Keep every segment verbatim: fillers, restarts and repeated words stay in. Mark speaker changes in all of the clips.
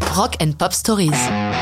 Speaker 1: Rock and Pop Stories.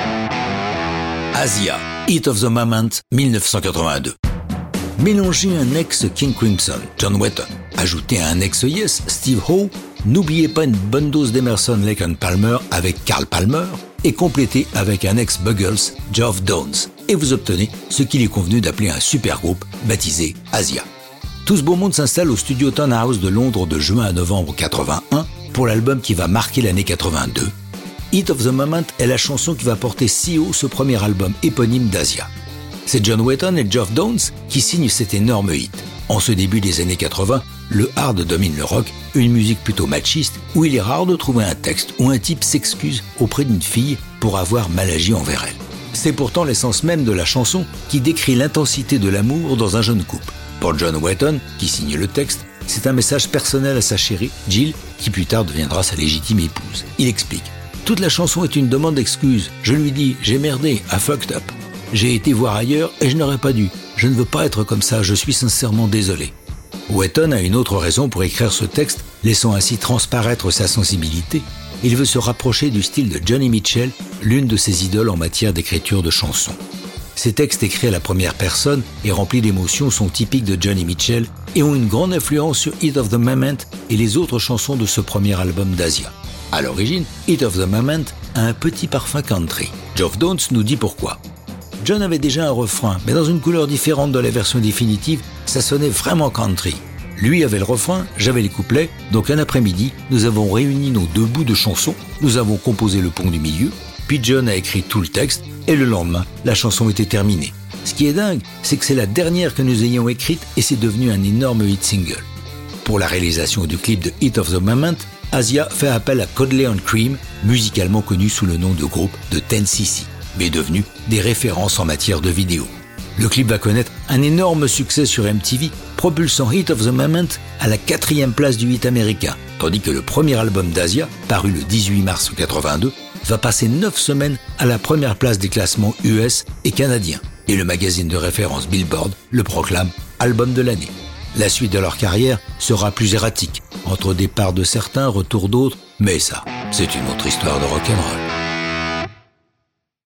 Speaker 2: Asia, Heat of the Moment, dix-neuf cent quatre-vingt-deux. Mélangez un ex-King Crimson, John Wetton, ajoutez un ex-Yes, Steve Howe, n'oubliez pas une bonne dose d'Emerson, Lake and Palmer avec Carl Palmer, et complétez avec un ex-Buggles, Geoff Downes, et vous obtenez ce qu'il est convenu d'appeler un super groupe baptisé Asia. Tout ce beau monde s'installe au studio Ton House de Londres de juin à novembre quatre-vingt-un pour l'album qui va marquer l'année quatre-vingt-deux. Heat of the Moment est la chanson qui va porter si haut ce premier album éponyme d'Asia. C'est John Wetton et Geoff Downes qui signent cet énorme hit. En ce début des années quatre-vingts, le hard domine le rock, une musique plutôt machiste où il est rare de trouver un texte où un type s'excuse auprès d'une fille pour avoir mal agi envers elle. C'est pourtant l'essence même de la chanson qui décrit l'intensité de l'amour dans un jeune couple. Pour John Wetton, qui signe le texte, c'est un message personnel à sa chérie, Jill, qui plus tard deviendra sa légitime épouse. Il explique « Toute la chanson est une demande d'excuses. Je lui dis « J'ai merdé, I fucked up. J'ai été voir ailleurs et je n'aurais pas dû. Je ne veux pas être comme ça, je suis sincèrement désolé. » Wetton a une autre raison pour écrire ce texte, laissant ainsi transparaître sa sensibilité. Il veut se rapprocher du style de Joni Mitchell, l'une de ses idoles en matière d'écriture de chansons. Ces textes écrits à la première personne et remplis d'émotions sont typiques de Joni Mitchell et ont une grande influence sur Heat of the Moment et les autres chansons de ce premier album d'Asia. À l'origine, Heat of the Moment a un petit parfum country. Geoff Downes nous dit pourquoi. John avait déjà un refrain, mais dans une couleur différente de la version définitive, ça sonnait vraiment country. Lui avait le refrain, j'avais les couplets, donc un après-midi, nous avons réuni nos deux bouts de chansons, nous avons composé le pont du milieu, puis John a écrit tout le texte, et le lendemain, la chanson était terminée. Ce qui est dingue, c'est que c'est la dernière que nous ayons écrite et c'est devenu un énorme hit single. Pour la réalisation du clip de Heat of the Moment, Asia fait appel à Codley and Cream, musicalement connu sous le nom de groupe de ten C C, mais devenu des références en matière de vidéo. Le clip va connaître un énorme succès sur M T V, propulsant Heat of the Moment à la quatrième place du hit américain, tandis que le premier album d'Asia, paru le dix-huit mars quatre-vingt-deux, va passer neuf semaines à la première place des classements U S et canadiens, et le magazine de référence Billboard le proclame album de l'année. La suite de leur carrière sera plus erratique, entre départ de certains, retour d'autres, mais ça, c'est une autre histoire de rock'n'roll.